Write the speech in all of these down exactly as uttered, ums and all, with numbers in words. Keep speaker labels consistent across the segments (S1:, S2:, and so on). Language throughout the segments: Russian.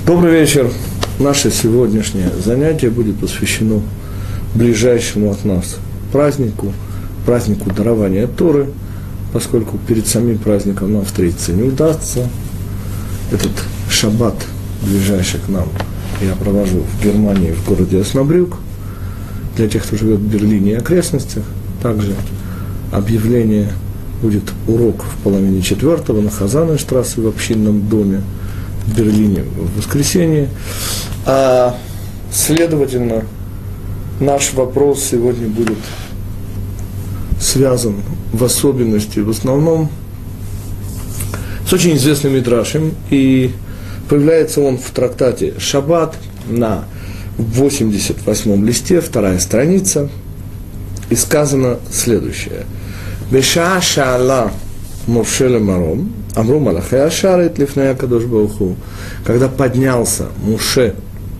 S1: Добрый вечер. Наше сегодняшнее занятие будет посвящено ближайшему от нас празднику, празднику дарования Торы, поскольку перед самим праздником нам встретиться не удастся. Этот шаббат, ближайший к нам, я провожу в Германии, в городе Оснабрюк. Для тех, кто живет в Берлине и окрестностях, также объявление будет урок в половине четвертого на Хазанной-штрассе в общинном доме в Берлине в воскресенье. А, следовательно, наш вопрос сегодня будет связан в особенности, в основном, с очень известным мидрашем, и появляется он в трактате «Шаббат» на восемьдесят восьмом листе, вторая страница, и сказано следующее. «Беша шаала Моше лемаром, амру малахей ашарит лифней акадош барух ху». Когда поднялся Моше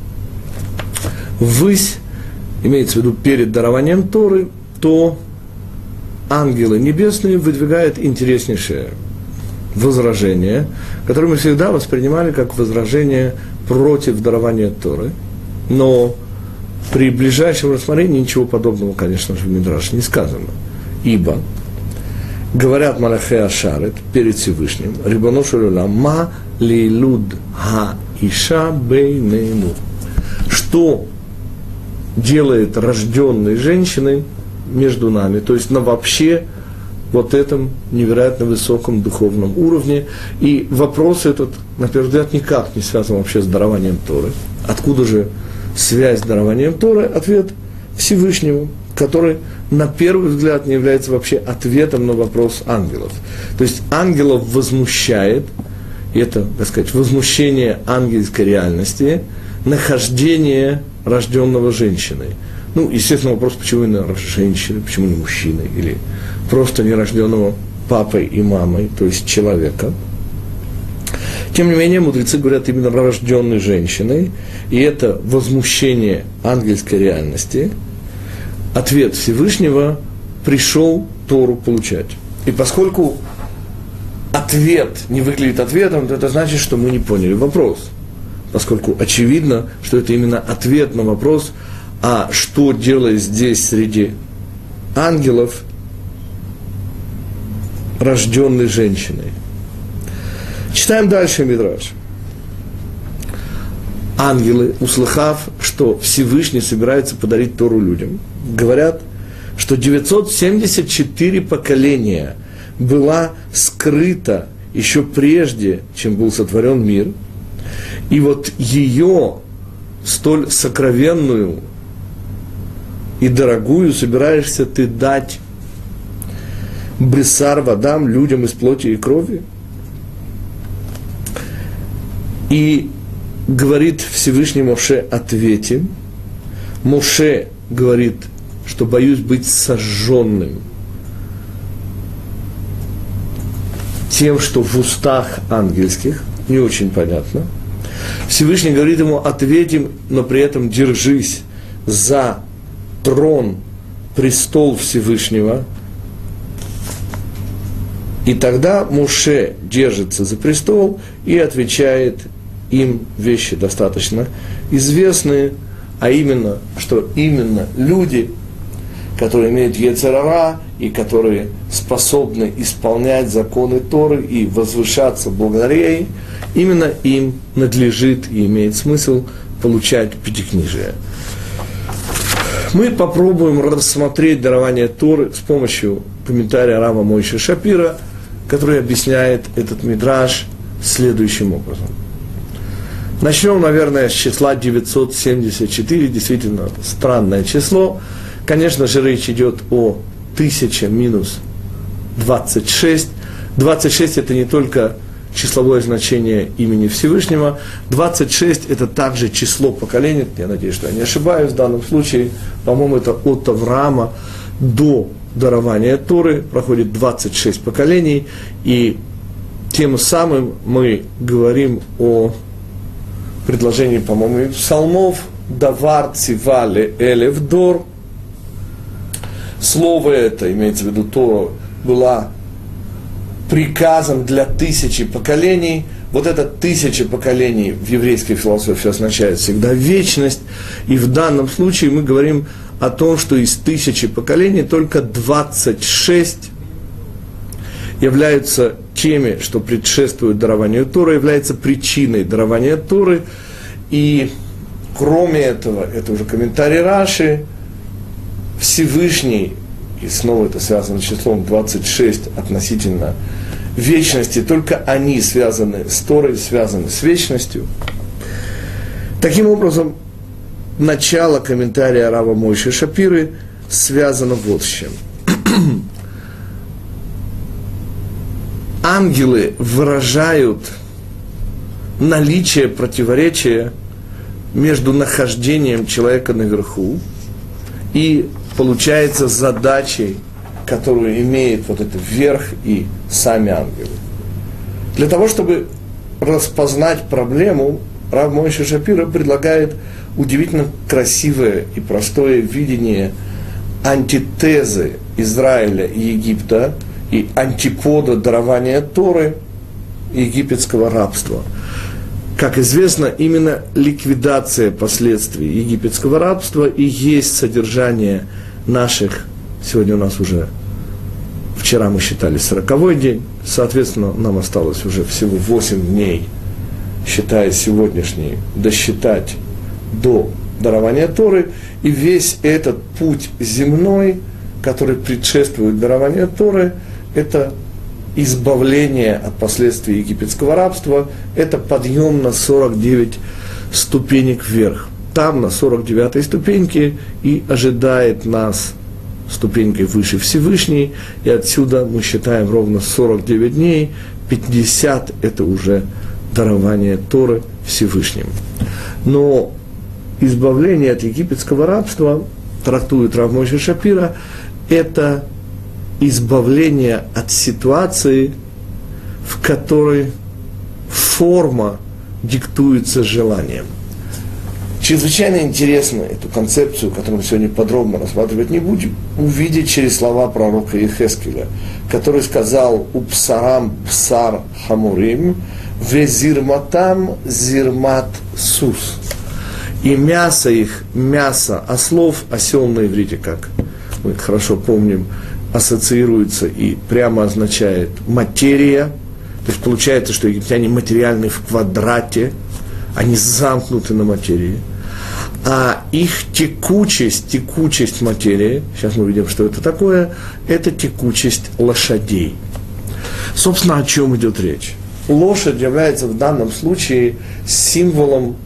S1: ввысь, имеется в виду перед дарованием Торы, то ангелы небесные выдвигают интереснейшее возражение, которое мы всегда воспринимали как возражение против дарования Торы, но при ближайшем рассмотрении ничего подобного, конечно же, в Мидраше не сказано. Ибо говорят малахей ашарет перед Всевышним, рибоно шель олам, ма лилуд ха иша бейнейну. Что делает рожденной женщиной между нами, то есть на вообще вот этом невероятно высоком духовном уровне. И вопрос этот, на первый взгляд, никак не связан вообще с дарованием Торы. Откуда же связь с дарованием Торы? Ответ Всевышнему, который на первый взгляд не является вообще ответом на вопрос ангелов. То есть ангелов возмущает, и это, так сказать, возмущение ангельской реальности, нахождение рожденного женщиной. Ну, естественно, вопрос, почему именно женщины, почему не мужчины, или просто нерожденного папой и мамой, то есть человека. Тем не менее, мудрецы говорят именно рожденной женщиной, и это возмущение ангельской реальности. Ответ Всевышнего пришел Тору получать. И поскольку ответ не выглядит ответом, то это значит, что мы не поняли вопрос. Поскольку очевидно, что это именно ответ на вопрос, а что делает здесь среди ангелов рожденной женщиной. Читаем дальше Мидраш. Ангелы, услыхав, что Всевышний собирается подарить Тору людям, говорят, что девятьсот семьдесят четыре поколения была скрыта еще прежде, чем был сотворен мир, и вот ее столь сокровенную и дорогую собираешься ты дать бриссар вадам, людям из плоти и крови. И говорит Всевышний Моше, ответим. Моше говорит, что боюсь быть сожженным тем, что в устах ангельских, не очень понятно. Всевышний говорит ему, ответим, но при этом держись за трон, престол Всевышнего. И тогда Моше держится за престол и отвечает им вещи достаточно известные, а именно, что именно люди, которые имеют йецер ара и которые способны исполнять законы Торы и возвышаться благодаря ей, именно им надлежит и имеет смысл получать пятикнижие. Мы попробуем рассмотреть дарование Торы с помощью комментария Рава Мойше Шапира, который объясняет этот мидраш следующим образом. Начнем, наверное, с числа девятьсот семьдесят четыре, действительно странное число. Конечно же, речь идет о тысяча минус двадцать шесть. двадцать шесть – это не только числовое значение имени Всевышнего. двадцать шесть – это также число поколений. Я надеюсь, что я не ошибаюсь в данном случае. По-моему, это от Авраама до дарования Торы проходит двадцать шесть поколений. И тем самым мы говорим о предложении, по-моему, псалмов «Давар цивале элев дор». Слово это, имеется в виду Тора, была приказом для тысячи поколений. вот это тысяча поколений в еврейской философии означает всегда вечность, и в данном случае мы говорим о том, что из тысячи поколений только двадцать шесть являются теми, что предшествуют дарованию Торы, являются причиной дарования Торы, и кроме этого, это уже комментарий Раши, Всевышний, и снова это связано с числом двадцать шесть относительно вечности, только они связаны с Торой, связаны с вечностью. Таким образом, начало комментария Рава Мойши Шапиры связано вот с чем. Ангелы выражают наличие противоречия между нахождением человека наверху и, получается, задачей, которую имеет вот этот верх и сами ангелы. Для того, чтобы распознать проблему, Рав Мойши Шапира предлагает удивительно красивое и простое видение антитезы Израиля и Египта и антипода дарования Торы египетского рабства. Как известно, именно ликвидация последствий египетского рабства и есть содержание наших, сегодня у нас уже, вчера мы считали сороковой день, соответственно, нам осталось уже всего восемь дней, считая сегодняшний, досчитать до дарования Торы, и весь этот путь земной, который предшествует дарованию Торы, это избавление от последствий египетского рабства, это подъем на сорок девять ступенек вверх. Там, на сорок девятой ступеньке, и ожидает нас ступенькой выше Всевышний, и отсюда мы считаем ровно сорок девять дней, пятьдесят – это уже дарование Торы Всевышним. Но избавление от египетского рабства, трактует Рав Мойши Шапира, это избавление от ситуации, в которой форма диктуется желанием. Чрезвычайно интересно эту концепцию, которую мы сегодня подробно рассматривать не будем, увидеть через слова пророка Иехескеля, который сказал «Упсарам псар хамурим, везирматам зирмат сус». И мясо их, мясо ослов, осел на иврите, как мы хорошо помним, ассоциируется и прямо означает материя. То есть получается, что египтяне материальны в квадрате, они замкнуты на материи. А их текучесть, текучесть материи, сейчас мы увидим, что это такое, это текучесть лошадей. Собственно, о чем идет речь? Лошадь является в данном случае символом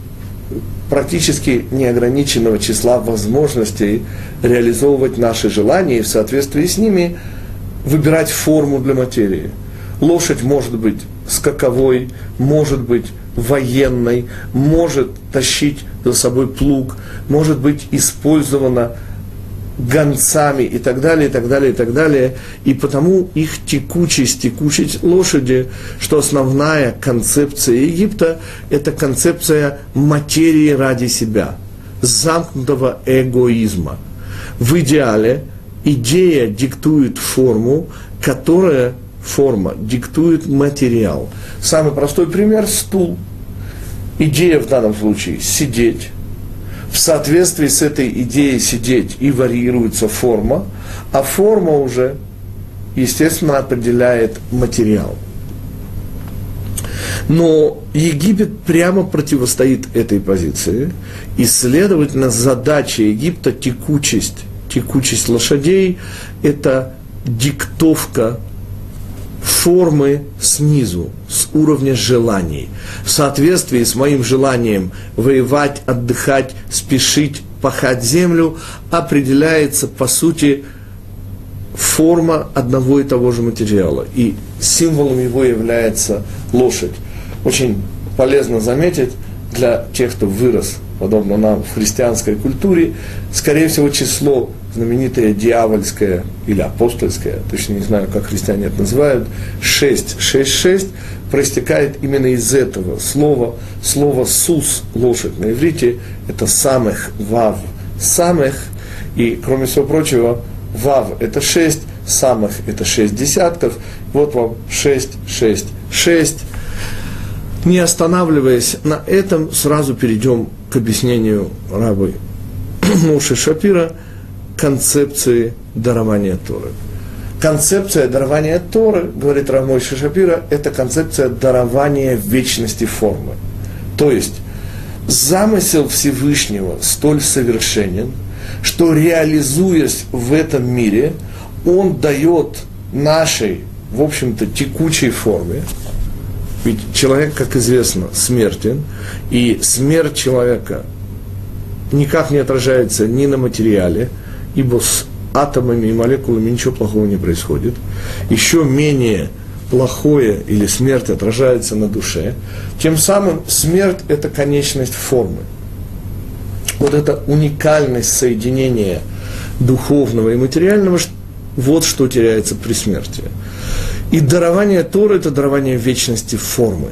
S1: практически неограниченного числа возможностей реализовывать наши желания и в соответствии с ними выбирать форму для материи. Лошадь может быть скаковой, может быть военной, может тащить за собой плуг, может быть использована гонцами и так далее, и так далее, и так далее. И потому их текучесть, текучесть лошади, что основная концепция Египта – это концепция материи ради себя, замкнутого эгоизма. В идеале идея диктует форму, которая форма диктует материал. Самый простой пример – стул. Идея в данном случае – сидеть. В соответствии с этой идеей сидеть и варьируется форма, а форма уже, естественно, определяет материал. Но Египет прямо противостоит этой позиции, и, следовательно, задача Египта – текучесть, текучесть лошадей – это диктовка формы снизу, с уровня желаний. В соответствии с моим желанием воевать, отдыхать, спешить, пахать землю, определяется, по сути, форма одного и того же материала. И символом его является лошадь. Очень полезно заметить для тех, кто вырос, подобно нам, в христианской культуре, скорее всего, число знаменитое дьявольское или апостольское, точно не знаю, как христиане это называют, шесть, шесть, шесть, проистекает именно из этого слова. Слово «сус», лошадь на иврите, это «самых», «вав», «самых», и, кроме всего прочего, «вав» – это шесть, «самых» – это шесть десятков, вот вам шесть, шесть, шесть. Не останавливаясь на этом, сразу перейдем к объяснению рабы Моше Шапира концепции дарования Торы. Концепция дарования Торы, говорит рав Моше Шапира, это концепция дарования вечности формы. То есть замысел Всевышнего столь совершенен, что, реализуясь в этом мире, он дает нашей, в общем-то, текучей форме. Ведь человек, как известно, смертен, и смерть человека никак не отражается ни на материале, ибо с атомами и молекулами ничего плохого не происходит. Еще менее плохое или смерть отражается на душе. Тем самым смерть – это конечность формы. Вот это уникальность соединения духовного и материального, вот что теряется при смерти. И дарование Торы – это дарование вечности формы.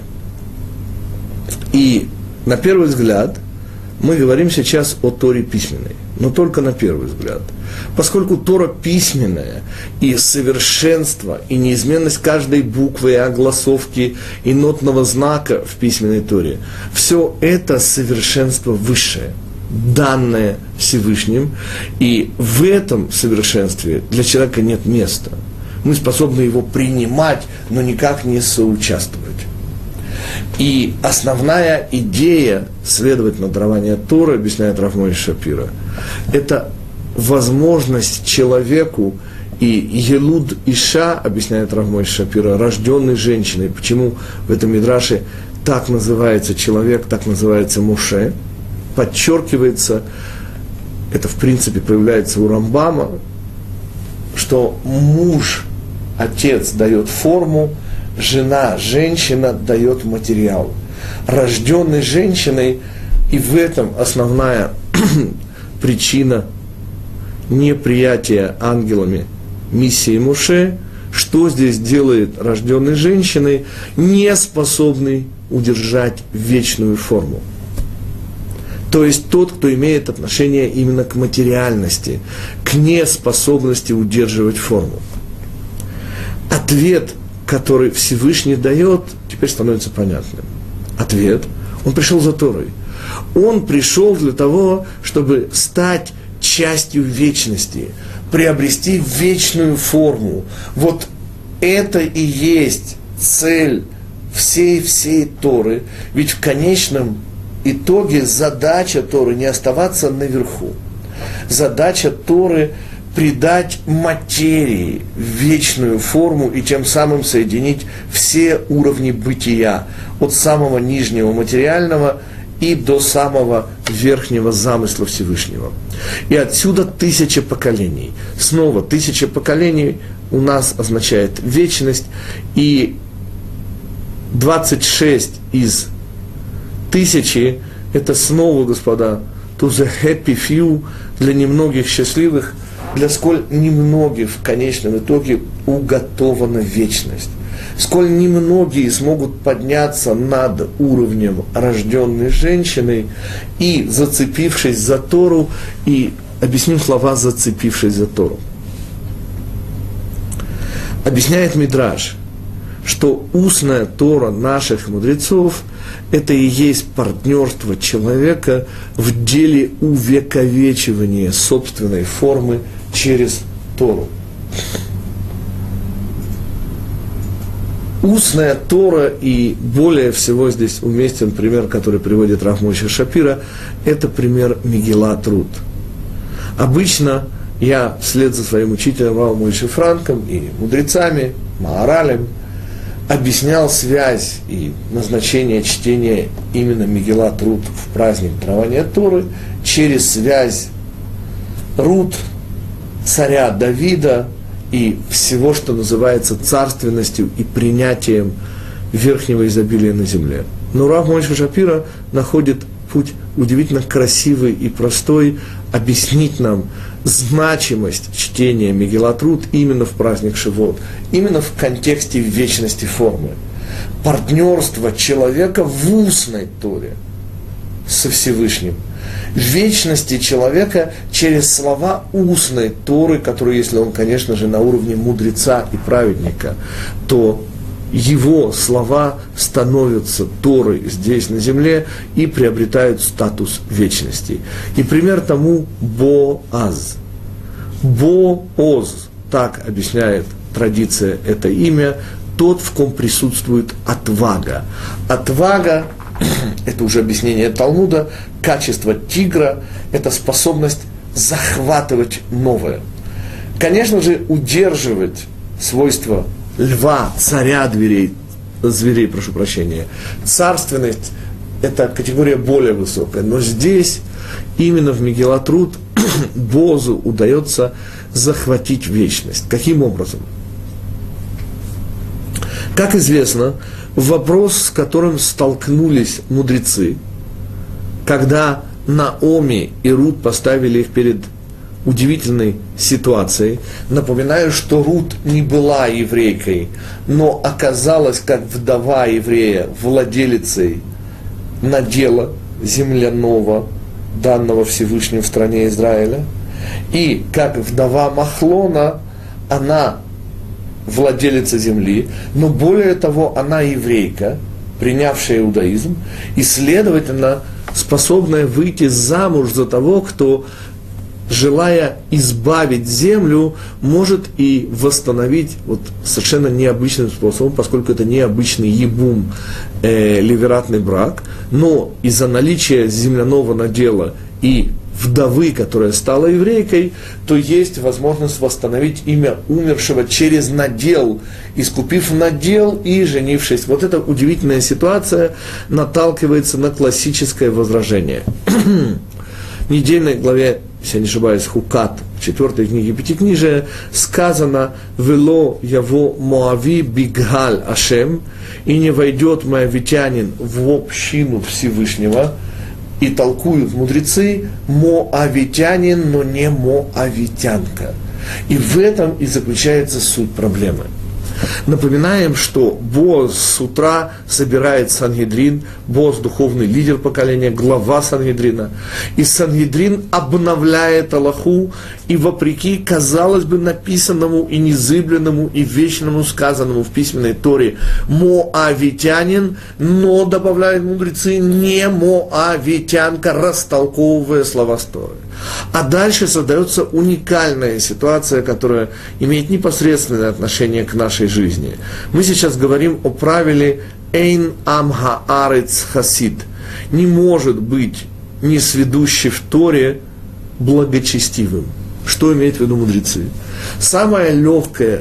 S1: И на первый взгляд мы говорим сейчас о Торе письменной, но только на первый взгляд. Поскольку Тора письменная, и совершенство, и неизменность каждой буквы, и огласовки, и нотного знака в письменной Торе, все это совершенство высшее, данное Всевышним, и в этом совершенстве для человека нет места. Мы способны его принимать, но никак не соучаствовать. И основная идея, следовательно, дарования Торы, объясняет рав Моше Шапира, это возможность человеку, и Елуд Иша, объясняет рав Моше Шапира, рожденный женщиной. Почему в этом мидраше так называется человек, так называется Моше, подчеркивается, это в принципе появляется у Рамбама, что муж, отец дает форму, жена, женщина дает материал. Рожденный женщиной, и в этом основная причина неприятия ангелами миссии Моше, что здесь делает рожденной женщиной, не способный удержать вечную форму. То есть тот, кто имеет отношение именно к материальности, к неспособности удерживать форму. Ответ, который Всевышний дает, теперь становится понятным. Ответ, он пришел за Торой. Он пришел для того, чтобы стать частью вечности, приобрести вечную форму. Вот это и есть цель всей-всей Торы. Ведь в конечном итоге задача Торы не оставаться наверху. Задача Торы придать материи вечную форму и тем самым соединить все уровни бытия, от самого нижнего материального и до самого верхнего замысла Всевышнего. И отсюда тысяча поколений. Снова тысяча поколений у нас означает вечность, и двадцать шесть из тысячи – это снова, господа, to the happy few, для немногих счастливых, для сколь немногих в конечном итоге уготована вечность. Сколь немногие смогут подняться над уровнем рожденной женщины и, зацепившись за Тору, и объясню слова «зацепившись за Тору». Объясняет Мидраш, что устная Тора наших мудрецов – это и есть партнерство человека в деле увековечивания собственной формы через Тору. Устная Тора, и более всего здесь уместен пример, который приводит рав Моше Шапира, это пример Мегилат Рут. Обычно я вслед за своим учителем равом Моше Франком и мудрецами, Мааралем, объяснял связь и назначение чтения именно Мегилат Рут в праздник дарования Торы через связь Рут, царя Давида, и всего, что называется царственностью и принятием верхнего изобилия на земле. Но рав Моше Шапира находит путь удивительно красивый и простой объяснить нам значимость чтения Мегилат Рут именно в праздник Шивот, именно в контексте вечности формы. Партнерство человека в устной Торе со Всевышним. Вечности человека через слова устной Торы, которые, если он, конечно же, на уровне мудреца и праведника, то его слова становятся Торой здесь на земле и приобретают статус вечности. И пример тому Боаз. Бооз, так объясняет традиция это имя, тот, в ком присутствует отвага. Отвага, это уже объяснение Талмуда, качество тигра, это способность захватывать новое. Конечно же, удерживать свойства льва, царя дверей, зверей, прошу прощения. Царственность – это категория более высокая. Но здесь, именно в Мегилат Рут, Боозу удается захватить вечность. Каким образом? Как известно, вопрос, с которым столкнулись мудрецы, когда Наоми и Рут поставили их перед удивительной ситуацией. Напоминаю, что Рут не была еврейкой, но оказалась, как вдова еврея, владелицей надела земляного, данного Всевышним в стране Израиля. И как вдова Махлона, она владелица земли, но более того, она еврейка, принявшая иудаизм, и, следовательно, способная выйти замуж за того, кто, желая избавить землю, может и восстановить вот совершенно необычным способом, поскольку это необычный ебум, э, ливератный брак, но из-за наличия земляного надела и вдовы, которая стала еврейкой, то есть возможность восстановить имя умершего через надел, искупив надел и женившись. Вот эта удивительная ситуация наталкивается на классическое возражение. В недельной главе, если я не ошибаюсь, Хукат, в четвертой книге Пятикнижия, сказано «Вело яво Моави биггаль Ашем», и не войдет моавитянин в общину Всевышнего. И толкуют мудрецы моавитянин, но не моавитянка. И в этом и заключается суть проблемы. Напоминаем, что Бооз с утра собирает Сангедрин, Бооз – духовный лидер поколения, глава Сангедрина, и Сангедрин обновляет Аллаху, и вопреки, казалось бы, написанному и незыблемому и вечному сказанному в письменной Торе моавитянин, но, добавляют мудрецы, не моавитянка, растолковывая слова с Торы. А дальше создается уникальная ситуация, которая имеет непосредственное отношение к нашей жизни. Мы сейчас говорим о правиле «Эйн ам хаарец хасид». Не может быть несведущий в Торе благочестивым. Что имеют в виду мудрецы? Самое легкое,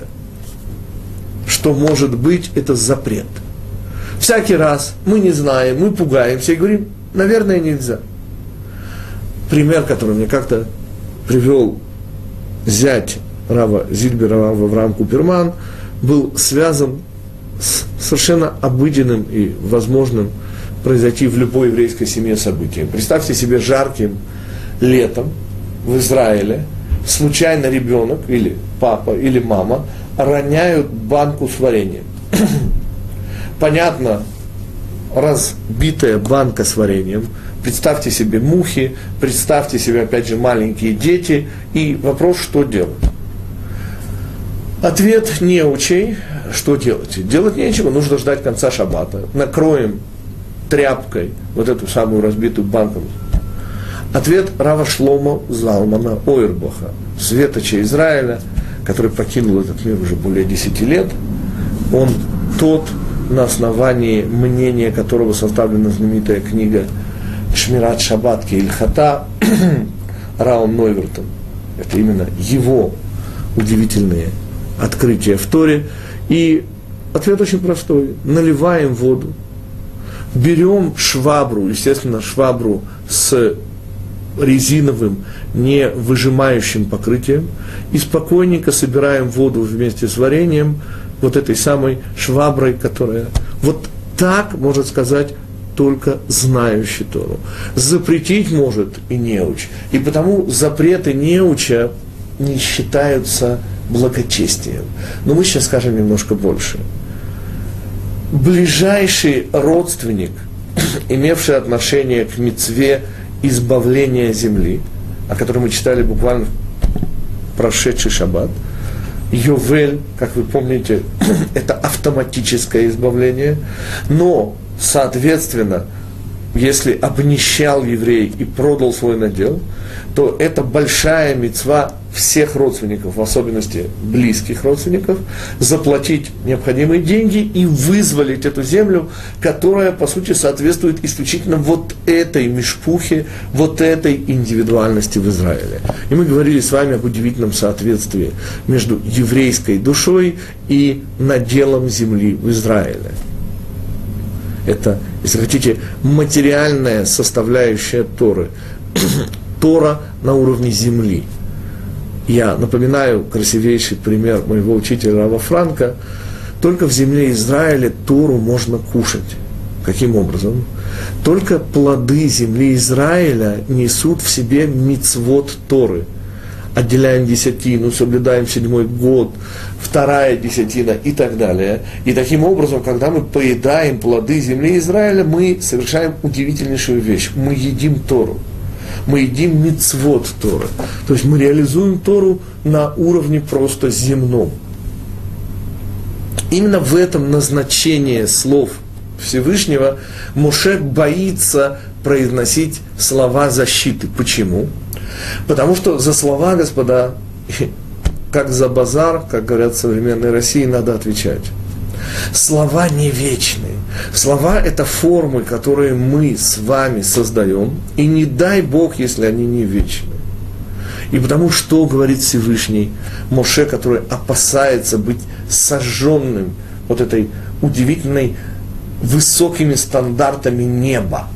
S1: что может быть, это запрет. Всякий раз мы не знаем, мы пугаемся и говорим, наверное, нельзя. Пример, который мне как-то привел зять Рава Зильбера, Рава Авраам Куперман, был связан с совершенно обыденным и возможным произойти в любой еврейской семье событием. Представьте себе жарким летом в Израиле случайно ребенок или папа или мама роняют банку с вареньем. Понятно, разбитая банка с вареньем. Представьте себе мухи, представьте себе, опять же, маленькие дети, и вопрос, что делать? Ответ неучей, что делать? Делать нечего, нужно ждать конца шаббата. Накроем тряпкой вот эту самую разбитую банку. Ответ Рава Шломо Залмана Ойрбаха, светоча Израиля, который покинул этот мир уже более десяти лет. Он тот, на основании мнения которого составлена знаменитая книга Шмират Шаббат Кеильхата Раом Нойвертом. Это именно его удивительные открытия в Торе. И ответ очень простой. Наливаем воду, берем швабру, естественно, швабру с резиновым, не выжимающим покрытием, и спокойненько собираем воду вместе с вареньем вот этой самой шваброй, которая вот так, может сказать, только знающий Тору. Запретить может и неуч. И потому запреты неуча не считаются благочестием. Но мы сейчас скажем немножко больше. Ближайший родственник, имевший отношение к мицве избавления земли, о котором мы читали буквально в прошедший шаббат, Йовель, как вы помните, это автоматическое избавление, но, соответственно, если обнищал еврей и продал свой надел, то это большая мицва всех родственников, в особенности близких родственников, заплатить необходимые деньги и вызволить эту землю, которая, по сути, соответствует исключительно вот этой мишпухе, вот этой индивидуальности в Израиле. И мы говорили с вами об удивительном соответствии между еврейской душой и наделом земли в Израиле. Это, если хотите, материальная составляющая Торы. Тора на уровне земли. Я напоминаю красивейший пример моего учителя Рава Франка. Только в земле Израиля Тору можно кушать. Каким образом? Только плоды земли Израиля несут в себе мицвот Торы. Отделяем десятину, соблюдаем седьмой год, вторая десятина и так далее. И таким образом, когда мы поедаем плоды земли Израиля, мы совершаем удивительнейшую вещь. Мы едим Тору. Мы едим мицвот Торы. То есть мы реализуем Тору на уровне просто земном. Именно в этом назначение слов Всевышнего Моше боится произносить слова защиты. Почему? Потому что за слова, господа, как за базар, как говорят в современной России, надо отвечать. Слова не вечны. Слова – это формы, которые мы с вами создаем, и не дай Бог, если они не вечны. И потому что говорит Всевышний Моше, который опасается быть сожженным вот этой удивительной высокими стандартами неба.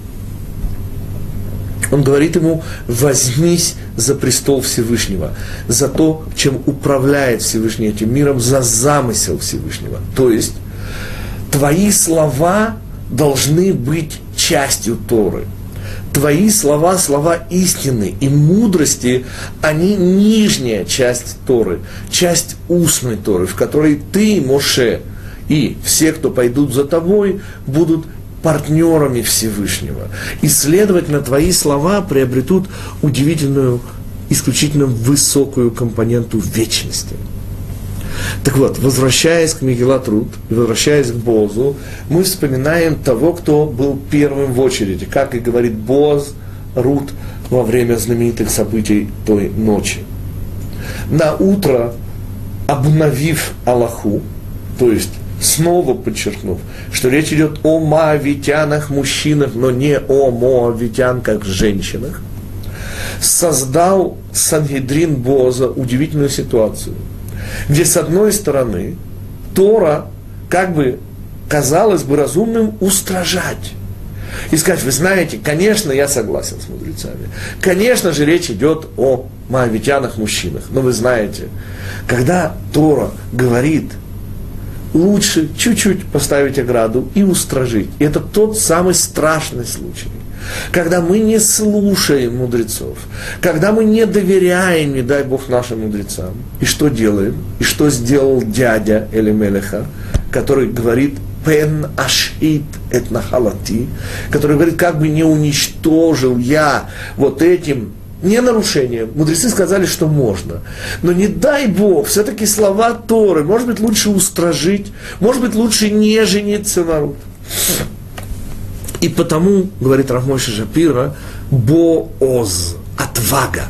S1: Он говорит ему: возьмись за престол Всевышнего, за то, чем управляет Всевышний этим миром, за замысел Всевышнего. То есть, твои слова должны быть частью Торы. Твои слова, слова истины и мудрости, они нижняя часть Торы, часть устной Торы, в которой ты, Моше, и все, кто пойдут за тобой, будут партнерами Всевышнего. И, следовательно, твои слова приобретут удивительную, исключительно высокую компоненту вечности. Так вот, возвращаясь к Мегилат Рут, и возвращаясь к Боозу, мы вспоминаем того, кто был первым в очереди, как и говорит Боаз Рут во время знаменитых событий той ночи. На утро, обновив Аллаху, то есть снова подчеркнув, что речь идет о моавитянах, мужчинах, но не о моавитянках, женщинах, создал Сангедрин Бооза удивительную ситуацию, где, с одной стороны, Тора, как бы, казалось бы, разумным устражать. И сказать: вы знаете, конечно, я согласен с мудрецами. Конечно же, речь идет о моавитянах, мужчинах. Но вы знаете, когда Тора говорит: лучше чуть-чуть поставить ограду и устражить. И это тот самый страшный случай, когда мы не слушаем мудрецов, когда мы не доверяем, не дай Бог, нашим мудрецам. И что делаем? И что сделал дядя Элимелеха, который говорит: «Пен ашит эт нахалати», который говорит: как бы не уничтожил я вот этим не нарушением. Мудрецы сказали, что можно. Но не дай Бог, все-таки слова Торы, может быть, лучше устражить, может быть, лучше не жениться на Рут. И потому, говорит Рав Моше Шапира, Бооз, отвага.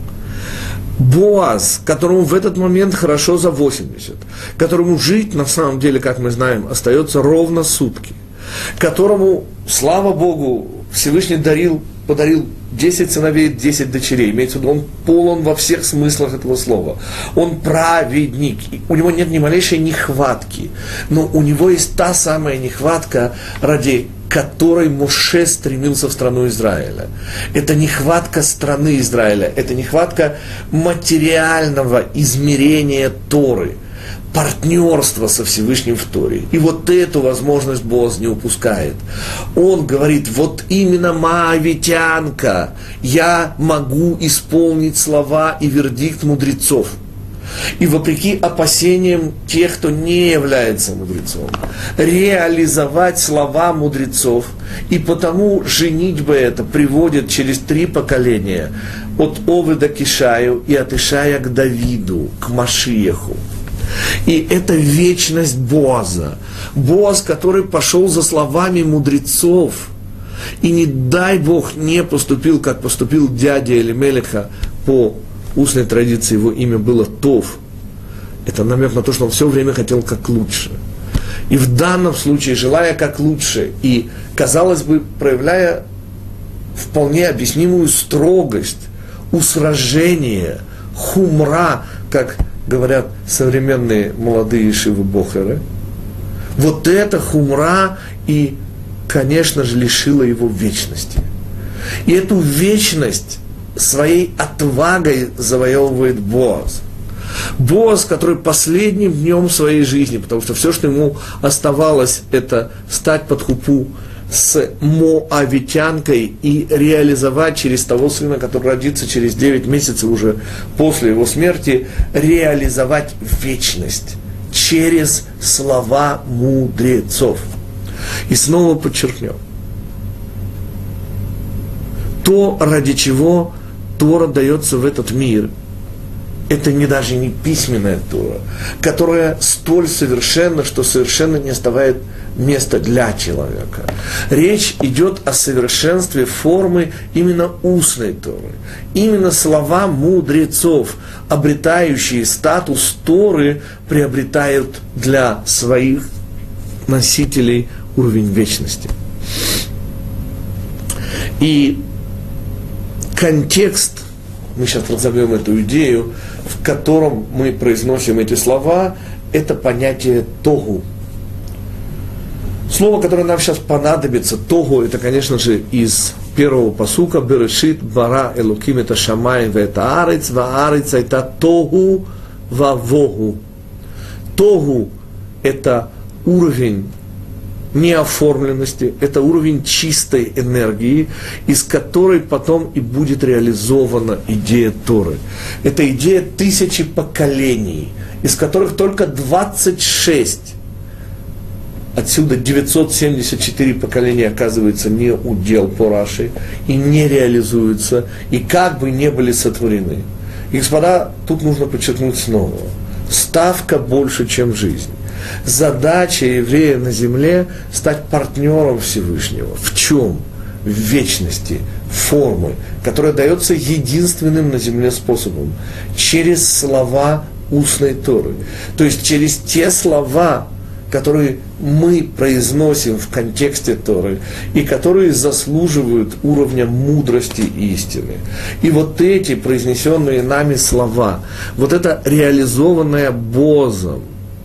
S1: Боаз, которому в этот момент хорошо за восемьдесят, которому жить, на самом деле, как мы знаем, остается ровно сутки, которому, слава Богу, Всевышний дарил, подарил десять сыновей, десять дочерей. Имеется в виду, он полон во всех смыслах этого слова. Он праведник. У него нет ни малейшей нехватки. Но у него есть та самая нехватка, ради которой Моше стремился в страну Израиля. Это нехватка страны Израиля. Это нехватка материального измерения Торы. Партнерство со Всевышним в Торе. И вот эту возможность Боаз не упускает. Он говорит: вот именно моавитянка, я могу исполнить слова и вердикт мудрецов. И вопреки опасениям тех, кто не является мудрецом, реализовать слова мудрецов, и потому женитьба это приводит через три поколения, от Оведа к Ишаю и от Ишая к Давиду, к Машиеху. И это вечность Боаза. Боаз, который пошел за словами мудрецов, и не дай Бог не поступил, как поступил дядя Элимелеха, по устной традиции его имя было Тов. Это намек на то, что он все время хотел как лучше. И в данном случае, желая как лучше, и, казалось бы, проявляя вполне объяснимую строгость, усражение, хумра, как говорят современные молодые шивы-бохеры, вот эта хумра и, конечно же, лишила его вечности. И эту вечность своей отвагой завоевывает Боаз. Боаз, который последним днем своей жизни, потому что все, что ему оставалось, это стать под хупу с моавитянкой и реализовать через того сына, который родится через девять месяцев уже после его смерти, реализовать вечность через слова мудрецов. И снова подчеркнем, то, ради чего Тора дается в этот мир, это не даже не письменная Тора, которая столь совершенна, что совершенно не оставляет места для человека. Речь идет о совершенстве формы именно устной Торы. Именно слова мудрецов, обретающие статус Торы, приобретают для своих носителей уровень вечности. И контекст, мы сейчас разовьем эту идею, в котором мы произносим эти слова, это понятие тогу. Слово, которое нам сейчас понадобится, тогу, это, конечно же, из первого пасука, «Берешит бара элоким это шамай ва это арец, ва арец это тогу ва вогу». Тогу – это уровень неоформленности, это уровень чистой энергии, из которой потом и будет реализована идея Торы. Это идея тысячи поколений, из которых только двадцать шесть, отсюда девятьсот семьдесят четыре поколения, оказывается, не удел по Раши, и не реализуются, и как бы не были сотворены. И, господа, тут нужно подчеркнуть снова, ставка больше, чем жизнь. Задача еврея на земле – стать партнером Всевышнего. В чем? В вечности, формы, которая дается единственным на земле способом – через слова устной Торы. То есть через те слова, которые мы произносим в контексте Торы и которые заслуживают уровня мудрости и истины. И вот эти произнесенные нами слова, вот это реализованное Боазом,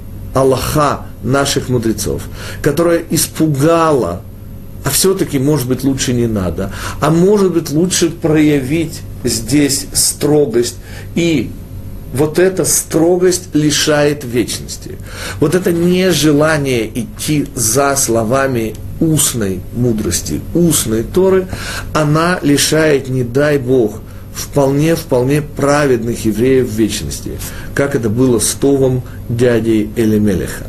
S1: Аллаха наших мудрецов, которая испугала, а все-таки, может быть, лучше не надо, а может быть, лучше проявить здесь строгость, и вот эта строгость лишает вечности. Вот это нежелание идти за словами устной мудрости, устной Торы, она лишает, не дай Бог, вполне-вполне праведных евреев в вечности, как это было с Товом, дядей Элимелеха.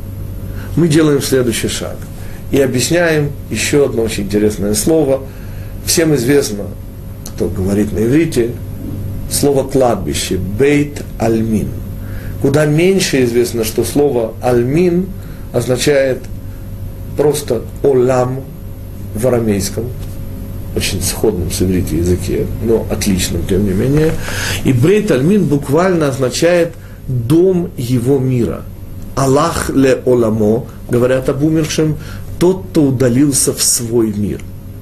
S1: Мы делаем следующий шаг и объясняем еще одно очень интересное слово. Всем известно, кто говорит на иврите, слово «кладбище» – «бейт альмин». Куда меньше известно, что слово «альмин» означает просто «олам» в арамейском, очень сходном с иврите языке, но отличном, тем не менее. И «бейт альмин» буквально означает «дом его мира». «Аллах ле оламо», говорят об умершем, тот, кто удалился в свой мир.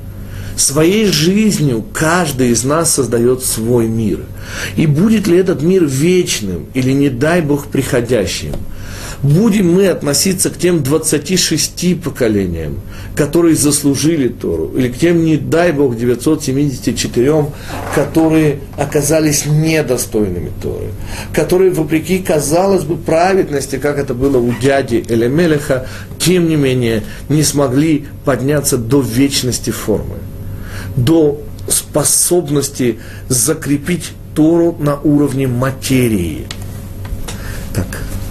S1: Своей жизнью каждый из нас создает свой мир. И будет ли этот мир вечным или, не дай Бог, приходящим? Будем мы относиться к тем двадцати шести поколениям, которые заслужили Тору, или к тем, не дай Бог, девятьсот семидесяти четырем, которые оказались недостойными Торы, которые, вопреки, казалось бы, праведности, как это было у дяди Элимелеха, тем не менее не смогли подняться до вечности формы, до способности закрепить Тору на уровне материи. Так,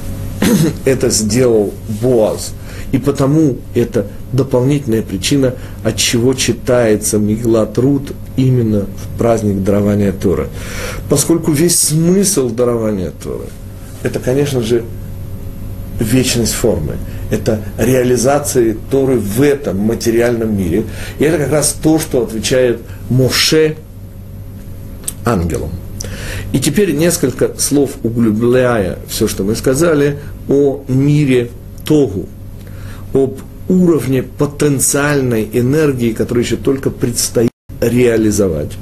S1: это сделал Боаз. И потому это дополнительная причина, от чего читается Мегилат Рут именно в праздник дарования Торы. Поскольку весь смысл дарования Торы – это, конечно же, вечность формы, это реализация Торы в этом материальном мире. И это как раз то, что отвечает Моше ангелам. И теперь несколько слов, углубляя все, что мы сказали, о мире Тогу, об уровне потенциальной энергии, которую еще только предстоит реализовать.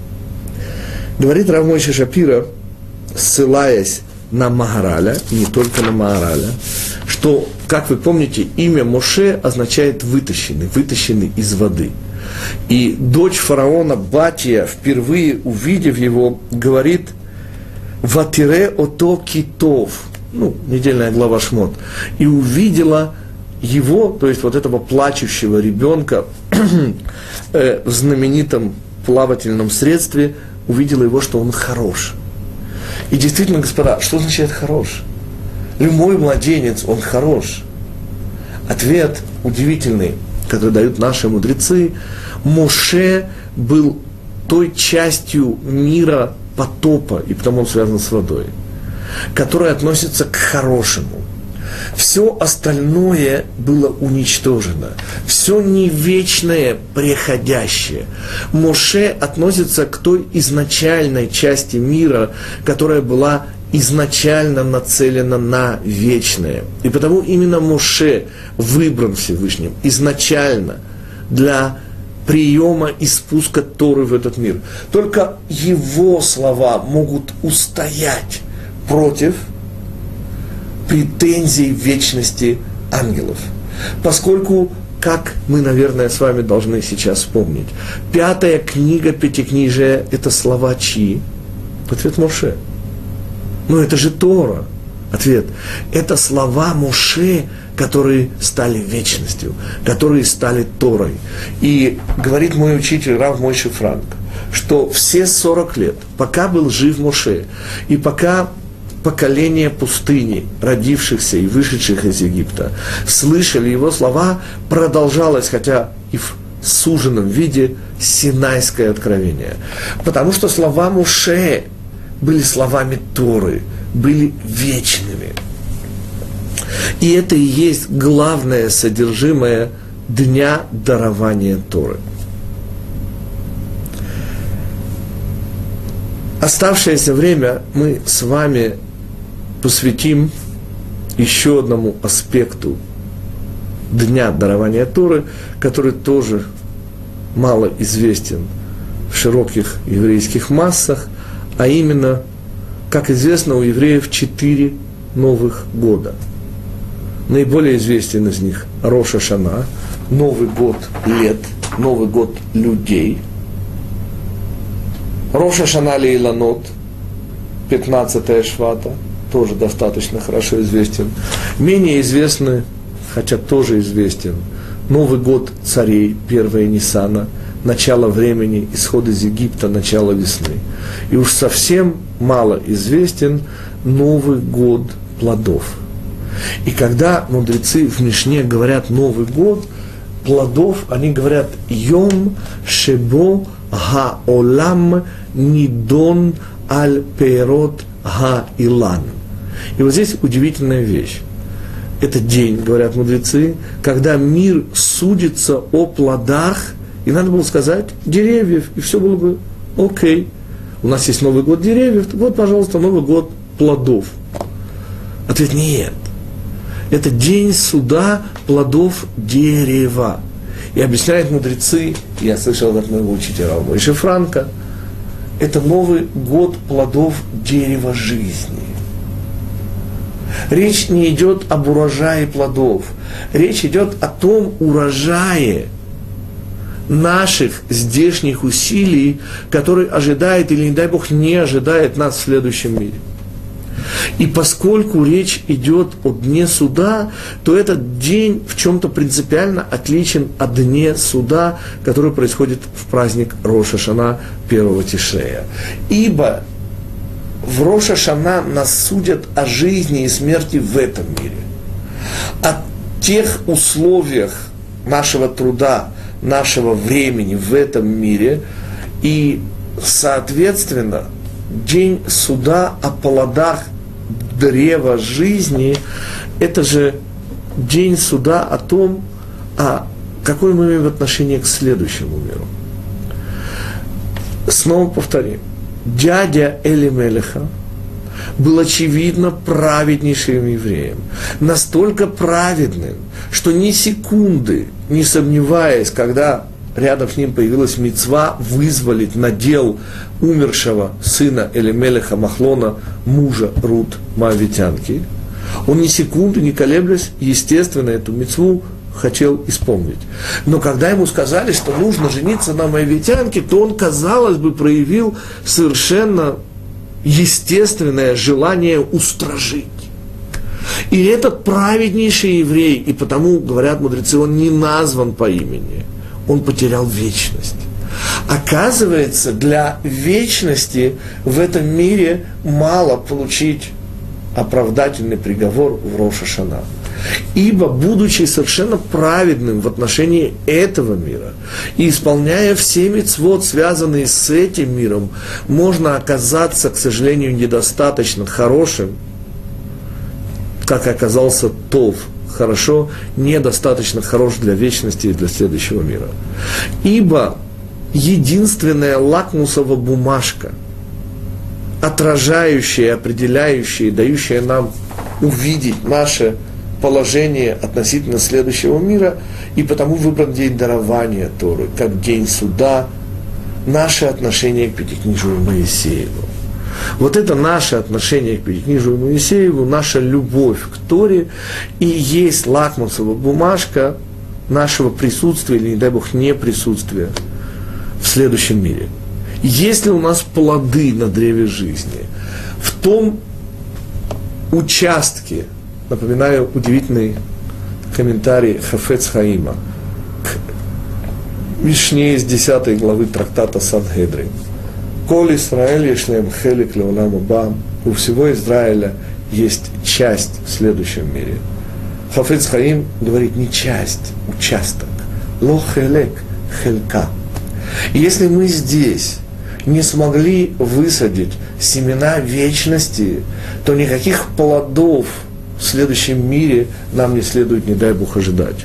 S1: Говорит Рав Мойше Шапира, ссылаясь на Магараля, не только на Магараля, что, как вы помните, имя Моше означает «вытащенный», «вытащенный из воды». И дочь фараона Батия, впервые увидев его, говорит «Ватире ото китов», ну, недельная глава Шмот, и увидела его, то есть вот этого плачущего ребенка э, в знаменитом плавательном средстве, увидела его, что он хорош. И действительно, господа, что означает хорош? Любой младенец, он хорош. Ответ удивительный, который дают наши мудрецы. Моше был той частью мира потопа, и потому он связан с водой, которая относится к хорошему. Все остальное было уничтожено. Все не вечное, преходящее. Моше относится к той изначальной части мира, которая была изначально нацелена на вечное. И потому именно Моше выбран Всевышним изначально для приема и спуска Торы в этот мир. Только его слова могут устоять против претензий вечности ангелов. Поскольку, как мы, наверное, с вами должны сейчас вспомнить, пятая книга Пятикнижия – это слова чьи? Ответ Моше. Но это же Тора. Ответ – это слова Моше, которые стали вечностью, которые стали Торой. И говорит мой учитель Рав Мойше Франк, что все сорок лет, пока был жив Моше, и пока поколение пустыни, родившихся и вышедших из Египта, слышали его слова, продолжалось, хотя и в суженном виде, Синайское откровение. Потому что слова Моше были словами Торы, были вечными. И это и есть главное содержимое дня дарования Торы. Оставшееся время мы с вами посвятим еще одному аспекту дня дарования Торы, который тоже мало известен в широких еврейских массах, а именно, как известно, у евреев четыре новых года. Наиболее известен из них Рош ха-Шана, Новый год лет, Новый год людей. Рош ха-Шана лейланот, пятнадцатое Швата, тоже достаточно хорошо известен. Менее известны, хотя тоже известен, Новый год царей, первое Ниссана, начало времени, исход из Египта, начало весны. И уж совсем мало известен Новый год плодов. И когда мудрецы в Мишне говорят Новый год плодов, они говорят Йом Шебо Ха-Олам Нидон Аль Пейрот Ха-Илан. И вот здесь удивительная вещь. Это день, говорят мудрецы, когда мир судится о плодах, и надо было сказать деревьев, и все было бы окей. У нас есть Новый год деревьев, так вот, пожалуйста, Новый год плодов. Ответ нет. Это день суда плодов дерева. И объясняют мудрецы, я слышал от моего учителя Рава Мойше Франка, это Новый год плодов дерева жизни. Речь не идет об урожае плодов. Речь идет о том урожае наших здешних усилий, который ожидает или, не дай Бог, не ожидает нас в следующем мире. И поскольку речь идет о дне суда, то этот день в чем-то принципиально отличен от дня суда, который происходит в праздник Рош ха-Шана первого Тишрея. Ибо в Рош ха-Шана нас судят о жизни и смерти в этом мире. О тех условиях нашего труда, нашего времени в этом мире. И, соответственно, день суда о плодах древа жизни это же день суда о том, а какое мы имеем отношение к следующему миру. Снова повторим. Дядя Элимелеха был, очевидно, праведнейшим евреем. Настолько праведным, что ни секунды, не сомневаясь, когда рядом с ним появилась мицва вызволить надел умершего сына Элимелеха Махлона, мужа Рут Моавитянки, он ни секунды не колеблясь, естественно, эту мицву хотел исполнить. Но когда ему сказали, что нужно жениться на Моавитянке, то он, казалось бы, проявил совершенно естественное желание устражить. И этот праведнейший еврей, и потому, говорят мудрецы, он не назван по имени, он потерял вечность. Оказывается, для вечности в этом мире мало получить оправдательный приговор в Рош ха-Шана. Ибо, будучи совершенно праведным в отношении этого мира и исполняя все мицвот, связанные с этим миром, можно оказаться, к сожалению, недостаточно хорошим, как оказался Тов, хорошо, недостаточно хорош для вечности и для следующего мира. Ибо единственная лакмусова бумажка, отражающая, определяющая, дающая нам увидеть наше положение относительно следующего мира, и потому выбран день дарования Торы, как день суда, наше отношение к Пятикнижию Моисееву. Вот это наше отношение к Пятикнижию Моисееву, наша любовь к Торе, и есть лакмусовая бумажка нашего присутствия, или, не дай Бог, неприсутствия в следующем мире. Есть ли у нас плоды на древе жизни? В том участке, напоминаю удивительный комментарий Хафец Хаима к Мишне из десятой главы трактата Сангедрин. «Коль Исраэль ешлем хелик леолам аба», у всего Израиля есть часть в следующем мире. Хафец Хаим говорит не часть, участок. Ло хелек, хелька. И если мы здесь не смогли высадить семена вечности, то никаких плодов в следующем мире нам не следует, не дай Бог, ожидать.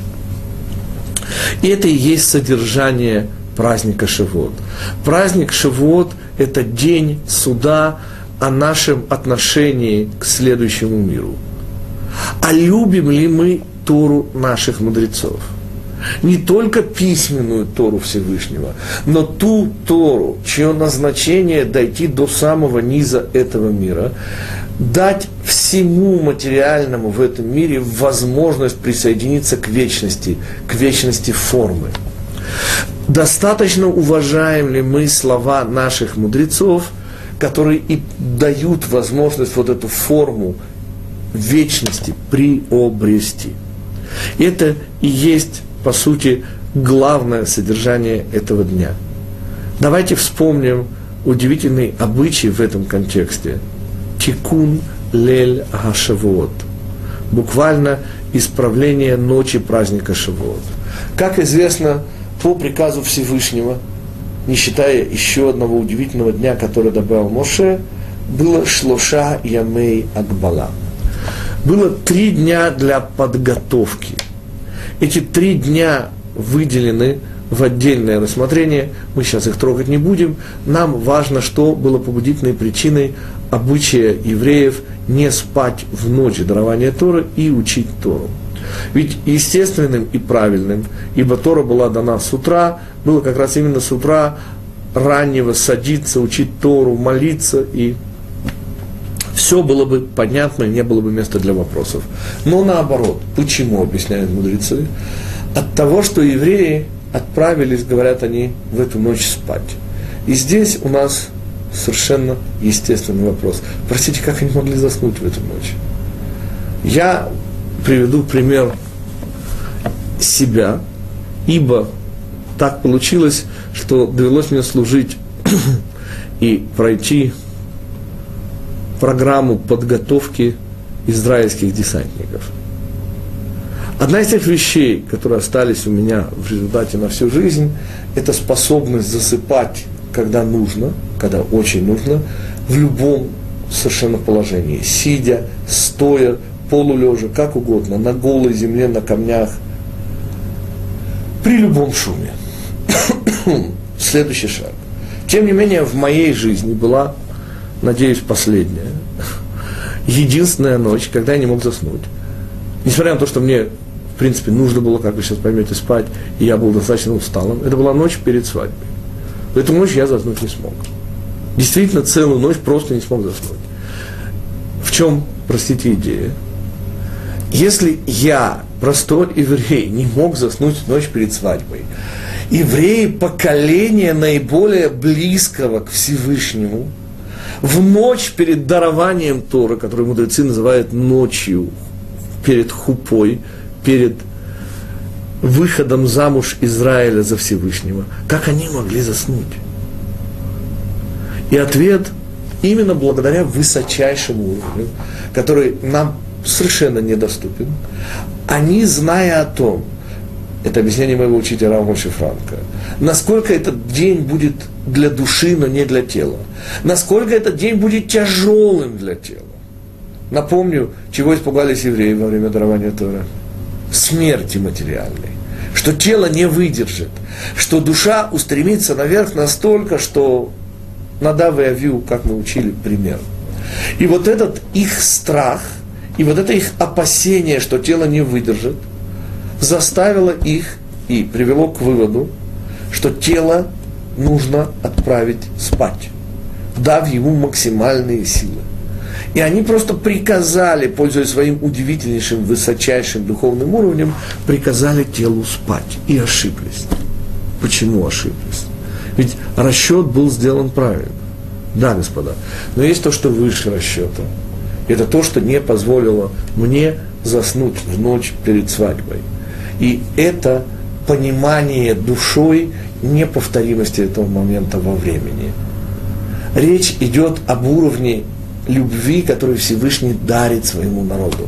S1: И это и есть содержание праздника Шавуот. Праздник Шавуот – это день суда о нашем отношении к следующему миру. А любим ли мы Тору наших мудрецов? Не только письменную Тору Всевышнего, но ту Тору, чье назначение дойти до самого низа этого мира, дать всему материальному в этом мире возможность присоединиться к вечности, к вечности формы. Достаточно уважаем ли мы слова наших мудрецов, которые и дают возможность вот эту форму вечности приобрести. Это и есть, по сути, главное содержание этого дня. Давайте вспомним удивительный обычай в этом контексте. Тикун лель ха-Шавуот. Буквально исправление ночи праздника Шавуот. Как известно, по приказу Всевышнего, не считая еще одного удивительного дня, который добавил Моше, было шлоша ямей агбала. Было три дня для подготовки. Эти три дня выделены в отдельное рассмотрение, мы сейчас их трогать не будем. Нам важно, что было побудительной причиной обычая евреев не спать в ночь дарования Торы и учить Тору. Ведь естественным и правильным, ибо Тора была дана с утра, было как раз именно с утра раннего садиться, учить Тору, молиться, и все было бы понятно, не было бы места для вопросов. Но наоборот, почему, объясняют мудрецы? От того, что евреи отправились, говорят они, в эту ночь спать. И здесь у нас совершенно естественный вопрос. Простите, как они могли заснуть в эту ночь? Я приведу пример себя, ибо так получилось, что довелось мне служить и пройти программу подготовки израильских десантников. Одна из тех вещей, которые остались у меня в результате на всю жизнь, это способность засыпать, когда нужно, когда очень нужно, в любом совершенно положении, сидя, стоя, полулежа, как угодно, на голой земле, на камнях, при любом шуме. Следующий шаг. Тем не менее, в моей жизни была, надеюсь, последняя, единственная ночь, когда я не мог заснуть. Несмотря на то, что мне, в принципе, нужно было, как вы сейчас поймете, спать, и я был достаточно усталым, это была ночь перед свадьбой. В эту ночь я заснуть не смог. Действительно, целую ночь просто не смог заснуть. В чем, простите, идея? Если я, простой еврей, не мог заснуть в ночь перед свадьбой, евреи поколения наиболее близкого к Всевышнему, в ночь перед дарованием Торы, которую мудрецы называют ночью, перед хупой, перед выходом замуж Израиля за Всевышнего, как они могли заснуть? И ответ именно благодаря высочайшему уровню, который нам совершенно недоступен, они, зная о том, это объяснение моего учителя Рава Моше Франка, насколько этот день будет для души, но не для тела, насколько этот день будет тяжелым для тела. Напомню, чего испугались евреи во время дарования Торы. Смерти материальной. Что тело не выдержит, что душа устремится наверх настолько, что Надав и Авиу, как мы учили, пример. И вот этот их страх, и вот это их опасение, что тело не выдержит, заставило их и привело к выводу, что тело нужно отправить спать, дав ему максимальные силы. И они просто приказали, пользуясь своим удивительнейшим, высочайшим духовным уровнем, приказали телу спать. И ошиблись. Почему ошиблись? Ведь расчет был сделан правильно. Да, господа. Но есть то, что выше расчета. Это то, что не позволило мне заснуть в ночь перед свадьбой. И это понимание душой неповторимости этого момента во времени. Речь идет об уровне любви, которую Всевышний дарит своему народу.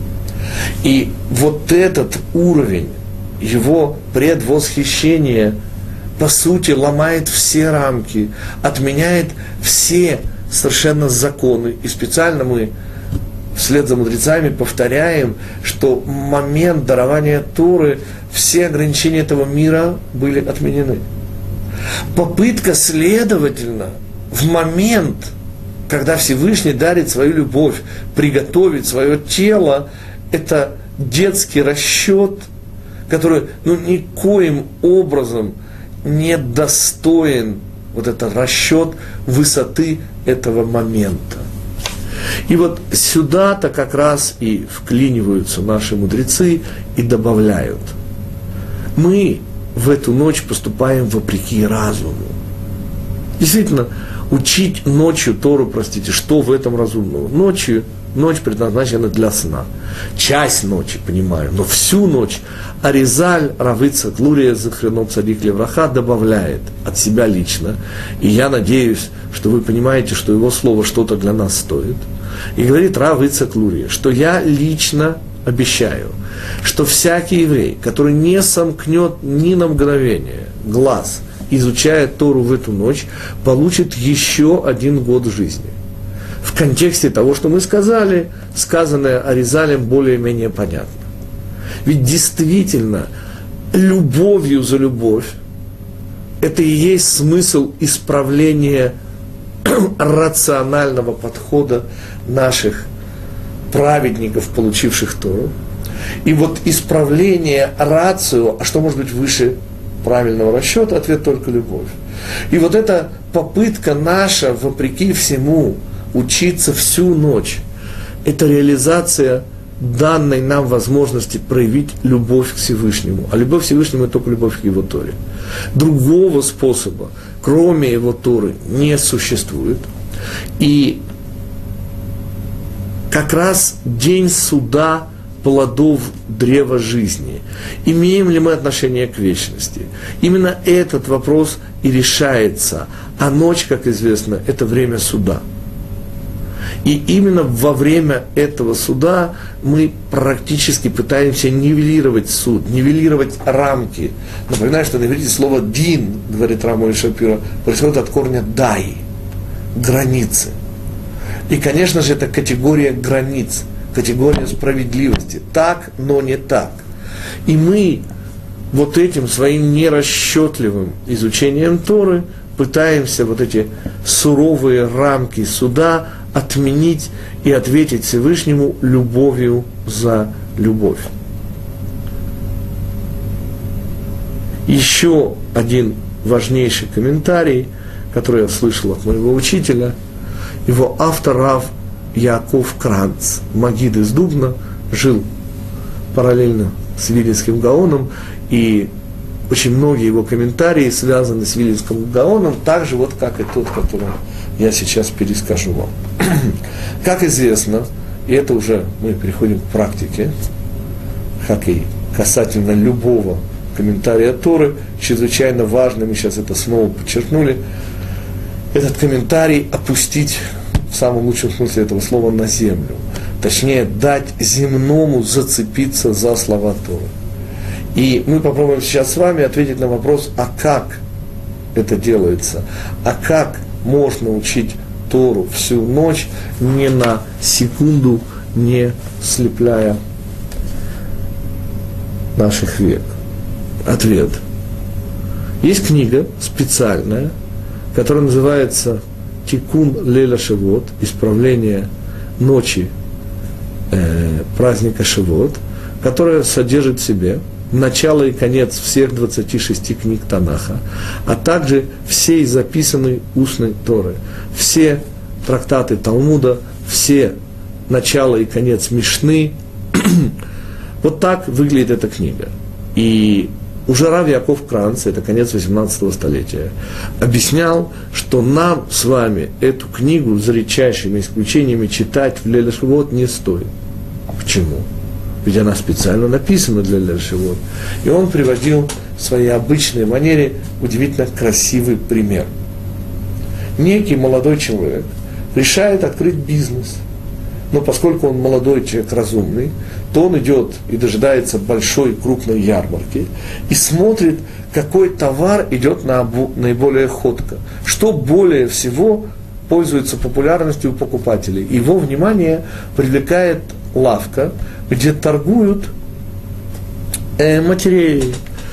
S1: И вот этот уровень, его предвосхищение, по сути, ломает все рамки, отменяет все совершенно законы. И специально мы вслед за мудрецами повторяем, что в момент дарования Торы все ограничения этого мира были отменены. Попытка, следовательно, в момент, когда Всевышний дарит свою любовь, приготовить свое тело, это детский расчет, который ну, никоим образом не достоин, вот этот расчет высоты этого момента. И вот сюда-то как раз и вклиниваются наши мудрецы и добавляют. Мы в эту ночь поступаем вопреки разуму. Действительно, учить ночью Тору, простите, что в этом разумного? Ночью, ночь предназначена для сна. Часть ночи, понимаю, но всю ночь Аризаль, Рав Ицхак Лурия, Зихроно Цадик Левраха, добавляет от себя лично. И я надеюсь, что вы понимаете, что его слово что-то для нас стоит. И говорит Рав Ицхак Лурия, что я лично обещаю, что всякий еврей, который не сомкнет ни на мгновение глаз, изучая Тору в эту ночь, получит еще один год жизни. В контексте того, что мы сказали, сказанное Аризалем более-менее понятно. Ведь действительно, любовью за любовь, это и есть смысл исправления рационального подхода наших праведников, получивших Тору. И вот исправление рацио, а что может быть выше правильного расчета? Ответ только любовь. И вот эта попытка наша, вопреки всему, учиться всю ночь, это реализация данной нам возможности проявить любовь к Всевышнему. А любовь к Всевышнему – это только любовь к Его Торе. Другого способа, кроме Его Торы, не существует. И как раз день суда плодов древа жизни. Имеем ли мы отношение к вечности? Именно этот вопрос и решается. А ночь, как известно, это время суда. И именно во время этого суда мы практически пытаемся нивелировать суд, нивелировать рамки. Напоминаю, что на иврите слово «дин», говорит Рав Моше Шапира, происходит от корня «дай», границы. И, конечно же, это категория границ, категория справедливости. Так, но не так. И мы вот этим своим нерасчетливым изучением Торы пытаемся вот эти суровые рамки суда отменить и ответить Всевышнему любовью за любовь. Еще один важнейший комментарий, который я слышал от моего учителя, его автор Рав Яаков Кранц, Магид из Дубна, жил параллельно с Виленским Гаоном, и очень многие его комментарии связаны с Виленским Гаоном, так же вот, как и тот, который я сейчас перескажу вам. Как известно, и это уже мы переходим к практике, как и касательно любого комментария Торы, чрезвычайно важно, мы сейчас это снова подчеркнули, этот комментарий опустить в самом лучшем смысле этого слова на землю. Точнее, дать земному зацепиться за слова Торы. И мы попробуем сейчас с вами ответить на вопрос, а как это делается, а как можно учить Тору всю ночь, не на секунду не слепляя наших век. Ответ. Есть книга специальная, которая называется «Тикун Лейла Шавот», исправление ночи э, праздника Шавот, которая содержит в себе начало и конец всех двадцати шести книг Танаха, а также всей записанной устной Торы, все трактаты Талмуда, все начало и конец Мишны. Вот так выглядит эта книга. И уже Рав Яаков Кранц, это конец восемнадцатого столетия, объяснял, что нам с вами эту книгу за редчайшими исключениями читать в Лейла Шавот не стоит. Почему? Ведь она специально написана для Лейла Шавот. И он приводил в своей обычной манере удивительно красивый пример. Некий молодой человек решает открыть бизнес. Но поскольку он молодой человек, разумный, то он идет и дожидается большой крупной ярмарки и смотрит, какой товар идет на наиболее ходко, что более всего пользуется популярностью у покупателей. Его внимание привлекает лавка, где торгуют э, материей.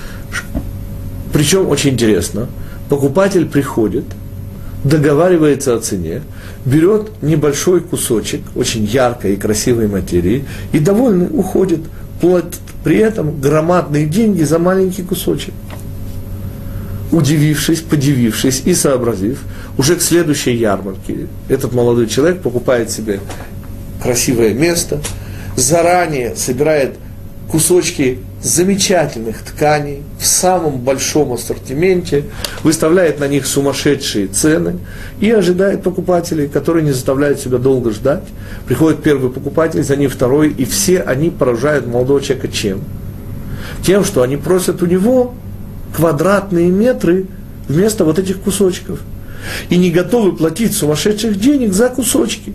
S1: Причем очень интересно, покупатель приходит, договаривается о цене, берет небольшой кусочек очень яркой и красивой материи и довольный уходит, платит при этом громадные деньги за маленький кусочек. Удивившись, подивившись и сообразив, уже к следующей ярмарке этот молодой человек покупает себе красивое место, заранее собирает кусочки замечательных тканей в самом большом ассортименте, выставляет на них сумасшедшие цены и ожидает покупателей, которые не заставляют себя долго ждать. Приходит первый покупатель, за ним второй, и все они поражают молодого человека чем? Тем, что они просят у него квадратные метры вместо вот этих кусочков. И не готовы платить сумасшедших денег за кусочки.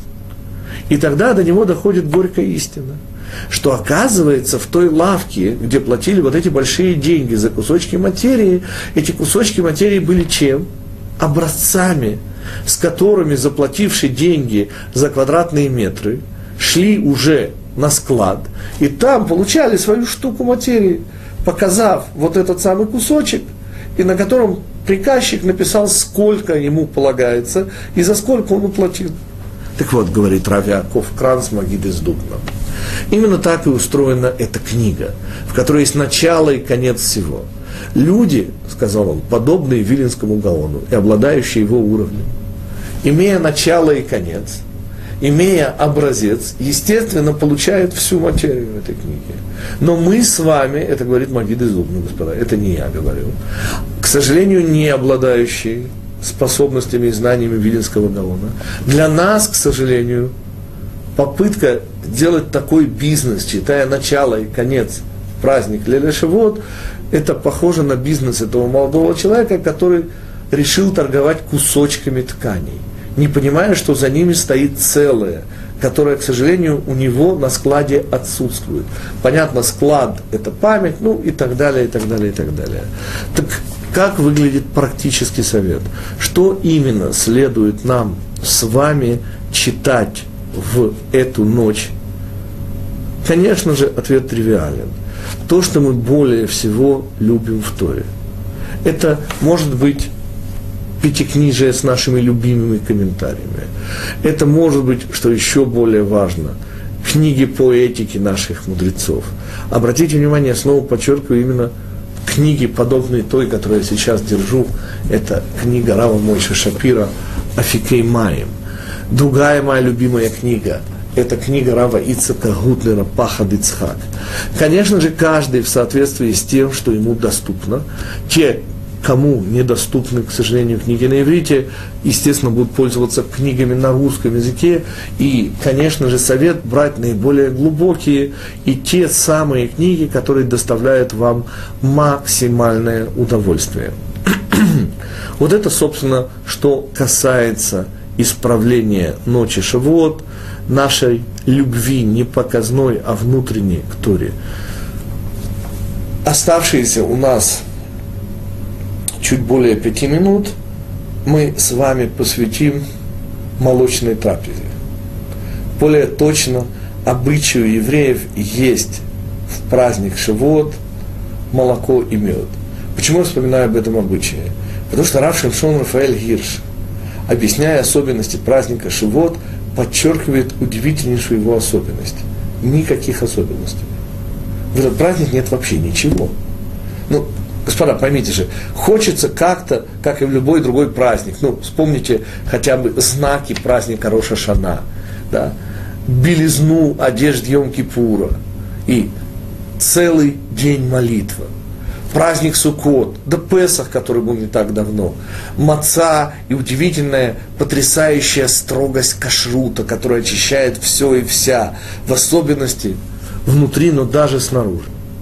S1: И тогда до него доходит горькая истина, что оказывается в той лавке, где платили вот эти большие деньги за кусочки материи, эти кусочки материи были чем? Образцами, с которыми заплатившие деньги за квадратные метры шли уже на склад, и там получали свою штуку материи, показав вот этот самый кусочек, и на котором приказчик написал, сколько ему полагается, и за сколько он уплатил. Так вот, говорит Рав Яаков Кранц, Магид из Дубна, именно так и устроена эта книга, в которой есть начало и конец всего. Люди, сказал он, подобные Виленскому Гаону и обладающие его уровнем, имея начало и конец, имея образец, естественно, получают всю материю в этой книге. Но мы с вами, это говорит Магид из Дубна, господа, это не я говорю, к сожалению, не обладающие способностями и знаниями Виленского Гаона. Для нас, к сожалению, попытка делать такой бизнес, читая начало и конец праздник Лейла Шавот, это похоже на бизнес этого молодого человека, который решил торговать кусочками тканей, не понимая, что за ними стоит целое, которое, к сожалению, у него на складе отсутствует. Понятно, склад – это память, ну и так далее, и так далее, и так далее. Так как выглядит практический совет? Что именно следует нам с вами читать в эту ночь Конечно же, ответ тривиален. То, что мы более всего любим в Торе. Это может быть пятикнижие с нашими любимыми комментариями. Это может быть, что еще более важно, книги по этике наших мудрецов. Обратите внимание, я снова подчеркиваю именно книги, подобные той, которую я сейчас держу. Это книга Рава Мойше Шапира «Афикей Маим». Другая моя любимая книга – это книга Рава Ицхака Гутлера «Пахад Ицхак». Конечно же, каждый в соответствии с тем, что ему доступно. Те, кому недоступны, к сожалению, книги на иврите, естественно, будут пользоваться книгами на русском языке. И, конечно же, совет брать наиболее глубокие и те самые книги, которые доставляют вам максимальное удовольствие. Вот это, собственно, что касается исправления ночи Шавуот, нашей любви не показной, а внутренней к Торе. Оставшиеся у нас чуть более пяти минут мы с вами посвятим молочной трапезе. Более точно, обычаю евреев есть в праздник Шавуот молоко и мед. Почему я вспоминаю об этом обычае? Потому что Рав Шимшон Рафаэль Гирш, объясняя особенности праздника Шавуот, подчеркивает удивительнейшую его особенность. Никаких особенностей. В этот праздник нет вообще ничего. Ну, господа, поймите же, хочется как-то, как и в любой другой праздник, ну, вспомните хотя бы знаки праздника Рош ха-Шана, да, белизну одежд Йом-Кипура и целый день молитвы. Праздник Суккот, да Песах, который был не так давно, маца и удивительная, потрясающая строгость кашрута, которая очищает все и вся, в особенности внутри, но даже снаружи.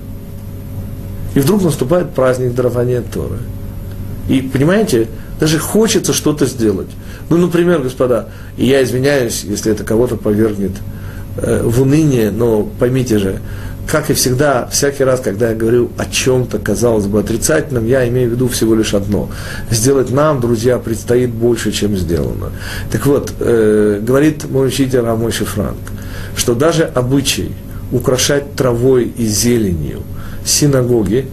S1: И вдруг наступает праздник дарования Торы. И, понимаете, даже хочется что-то сделать. Ну, например, господа, и я извиняюсь, если это кого-то повергнет э, в уныние, но поймите же, как и всегда, всякий раз, когда я говорю о чем-то, казалось бы, отрицательном, я имею в виду всего лишь одно. Сделать нам, друзья, предстоит больше, чем сделано. Так вот, э, говорит мой учитель Рав Мойше Франк, что даже обычай украшать травой и зеленью синагоги,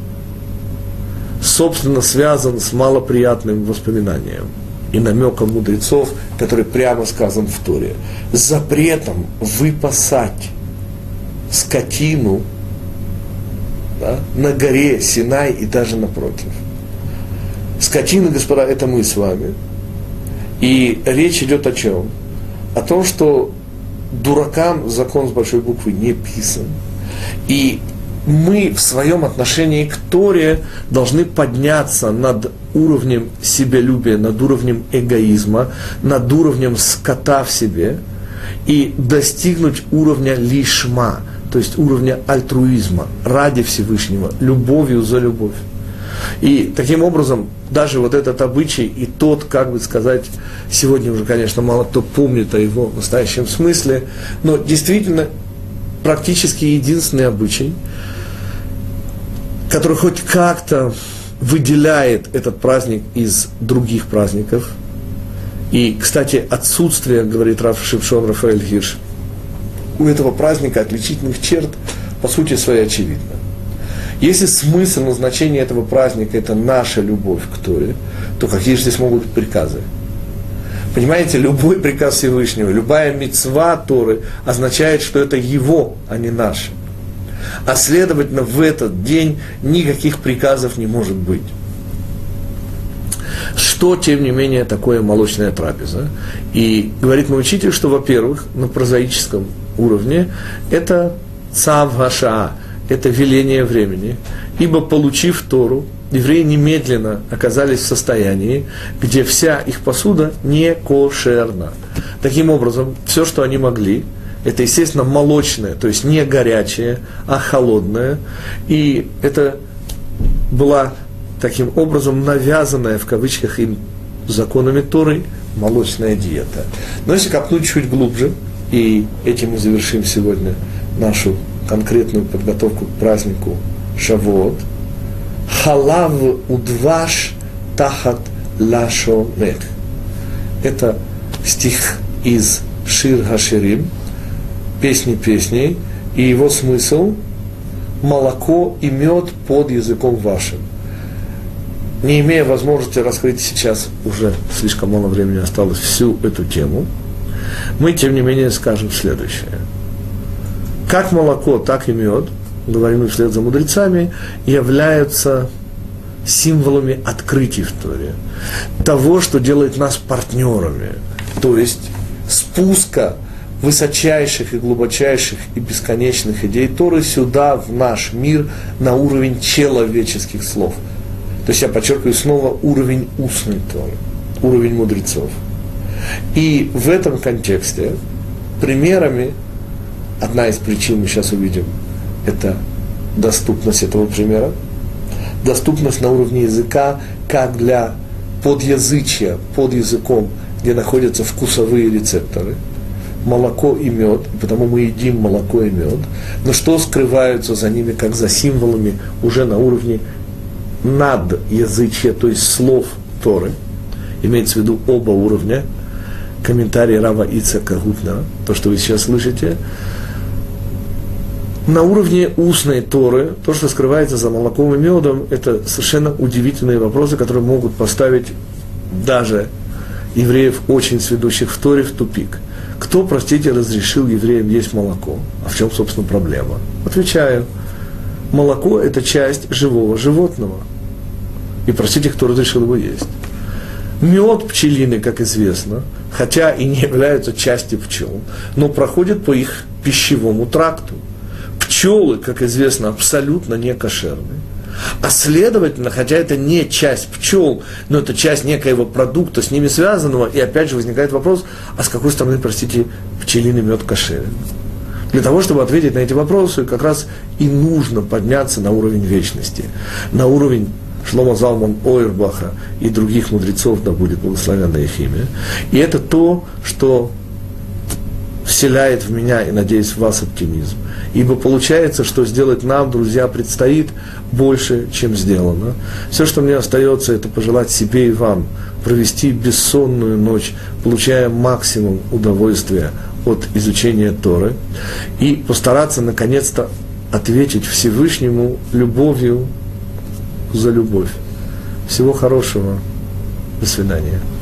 S1: собственно, связан с малоприятным воспоминанием и намеком мудрецов, который прямо сказан в Торе. Запретом выпасать скотину, да, на горе Синай и даже напротив. Скотина, господа, это мы с вами. И речь идет о чем? О том, что дуракам закон с большой буквы не писан. И мы в своем отношении к Торе должны подняться над уровнем себялюбия, над уровнем эгоизма, над уровнем скота в себе и достигнуть уровня лишма, то есть уровня альтруизма ради Всевышнего, любовью за любовь. И таким образом даже вот этот обычай и тот, как бы сказать, сегодня уже, конечно, мало кто помнит о его настоящем смысле, но действительно практически единственный обычай, который хоть как-то выделяет этот праздник из других праздников. И, кстати, отсутствие, говорит Рав Шимшон Рафаэль Гирш, у этого праздника отличительных черт, по сути своей, очевидно. Если смысл назначения этого праздника – это наша любовь к Торе, то какие же здесь могут быть приказы? Понимаете, любой приказ Всевышнего, любая мицва Торы означает, что это его, а не наше. А следовательно, в этот день никаких приказов не может быть. Что, тем не менее, такое молочная трапеза? И говорит мой учитель, что, во-первых, на прозаическом уровне это цав га-шаа, это веление времени, ибо, получив Тору, евреи немедленно оказались в состоянии, где вся их посуда не кошерна. Таким образом, все, что они могли, это, естественно, молочное, то есть не горячее, а холодное. И это была таким образом навязанная, в кавычках, им законами Торы молочная диета. Но если копнуть чуть глубже, и этим мы завершим сегодня нашу конкретную подготовку к празднику Шавуот, халав удваш тахат лашонех. Это стих из Шир Хаширим, песни песней, И его смысл – молоко и мед под языком вашим. Не имея возможности раскрыть сейчас, уже слишком мало времени осталось, всю эту тему, мы, тем не менее, скажем следующее. Как молоко, так и мед, говорим мы вслед за мудрецами, являются символами открытий в Торе, того, что делает нас партнерами, то есть спуска высочайших и глубочайших и бесконечных идей Торы сюда, в наш мир, на уровень человеческих слов. То есть я подчеркиваю снова уровень устной Торы, уровень мудрецов. И в этом контексте примерами, одна из причин, мы сейчас увидим, это доступность этого примера, доступность на уровне языка, как для подязычия, под языком, где находятся вкусовые рецепторы, молоко и мед, и потому мы едим молоко и мед, но что скрываются за ними, как за символами, уже на уровне надязычия, то есть слов Торы, имеется в виду оба уровня, комментарий Рава Ицхака Гутнера, то, что вы сейчас слышите, на уровне устной Торы, то, что скрывается за молоком и медом, это совершенно удивительные вопросы, которые могут поставить даже евреев, очень сведущих в Торе, в тупик. Кто, простите, разрешил евреям есть молоко? А в чем, собственно, проблема? Отвечаю. Молоко – это часть живого животного. И, простите, кто разрешил его есть? Мед пчелиный, как известно, хотя и не являются частью пчел, но проходит по их пищевому тракту. Пчелы, как известно, абсолютно не кошерные. А следовательно, хотя это не часть пчел, но это часть некоего продукта, с ними связанного, и опять же возникает вопрос, а с какой стороны, простите, пчелиный мед кошерен? Для того, чтобы ответить на эти вопросы, как раз и нужно подняться на уровень вечности, на уровень Шломо Залман Ойербаха и других мудрецов, да будет благословенное их имя. И это то, что вселяет в меня и, надеюсь, в вас оптимизм. Ибо получается, что сделать нам, друзья, предстоит больше, чем сделано. Все, что мне остается, это пожелать себе и вам провести бессонную ночь, получая максимум удовольствия от изучения Торы, и постараться, наконец-то, ответить Всевышнему любовью за любовь. Всего хорошего. До свидания.